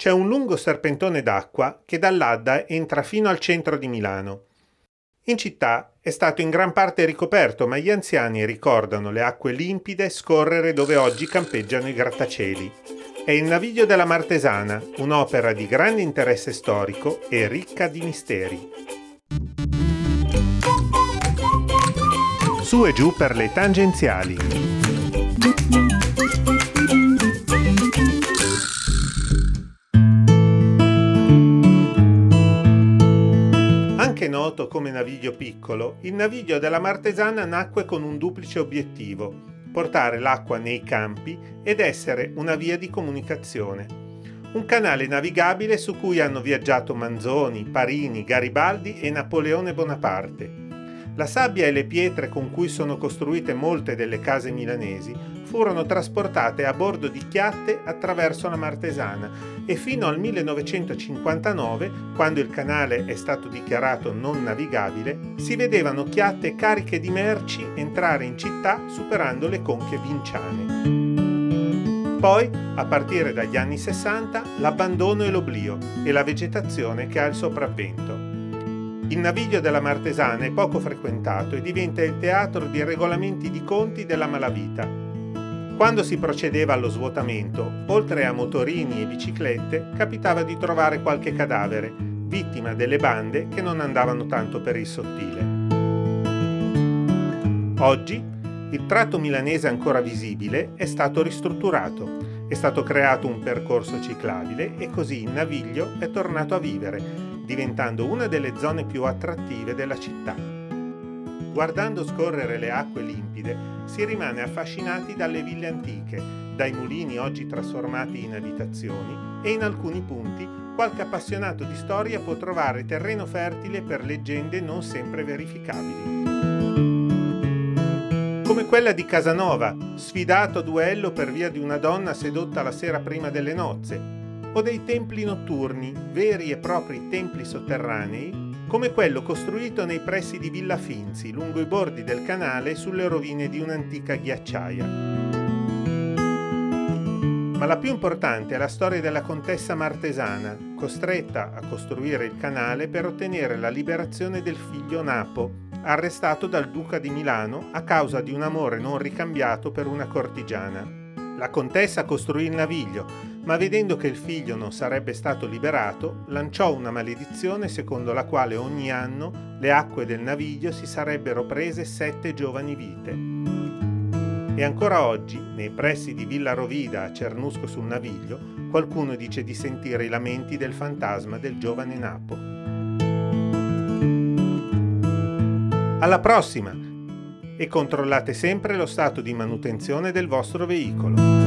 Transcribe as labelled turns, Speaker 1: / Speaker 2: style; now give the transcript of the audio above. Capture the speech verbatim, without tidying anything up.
Speaker 1: C'è un lungo serpentone d'acqua che dall'Adda entra fino al centro di Milano. In città è stato in gran parte ricoperto, ma gli anziani ricordano le acque limpide scorrere dove oggi campeggiano i grattacieli. È il Naviglio della Martesana, un'opera di grande interesse storico e ricca di misteri. Su e giù per le tangenziali. Anche noto come Naviglio piccolo, il Naviglio della Martesana nacque con un duplice obiettivo: portare l'acqua nei campi ed essere una via di comunicazione. Un canale navigabile su cui hanno viaggiato Manzoni, Parini, Garibaldi e Napoleone Bonaparte. La sabbia e le pietre con cui sono costruite molte delle case milanesi furono trasportate a bordo di chiatte attraverso la Martesana e fino al millenovecentocinquantanove, quando il canale è stato dichiarato non navigabile, si vedevano chiatte cariche di merci entrare in città superando le conche vinciane. Poi, a partire dagli anni sessanta, l'abbandono e l'oblio e la vegetazione che ha il sopravvento. Il Naviglio della Martesana è poco frequentato e diventa il teatro di regolamenti di conti della malavita. Quando si procedeva allo svuotamento, oltre a motorini e biciclette, capitava di trovare qualche cadavere, vittima delle bande che non andavano tanto per il sottile. Oggi, il tratto milanese ancora visibile è stato ristrutturato. È stato creato un percorso ciclabile e così il Naviglio è tornato a vivere, diventando una delle zone più attrattive della città. Guardando scorrere le acque limpide, si rimane affascinati dalle ville antiche, dai mulini oggi trasformati in abitazioni e in alcuni punti qualche appassionato di storia può trovare terreno fertile per leggende non sempre verificabili. Come quella di Casanova, sfidato a duello per via di una donna sedotta la sera prima delle nozze, o dei templi notturni, veri e propri templi sotterranei, come quello costruito nei pressi di Villa Finzi, lungo i bordi del canale sulle rovine di un'antica ghiacciaia. Ma la più importante è la storia della contessa martesana, costretta a costruire il canale per ottenere la liberazione del figlio Napo, arrestato dal duca di Milano a causa di un amore non ricambiato per una cortigiana. La contessa costruì il naviglio, ma vedendo che il figlio non sarebbe stato liberato, lanciò una maledizione secondo la quale ogni anno le acque del naviglio si sarebbero prese sette giovani vite. E ancora oggi, nei pressi di Villa Rovida a Cernusco sul Naviglio, qualcuno dice di sentire i lamenti del fantasma del giovane Napo. Alla prossima! E controllate sempre lo stato di manutenzione del vostro veicolo.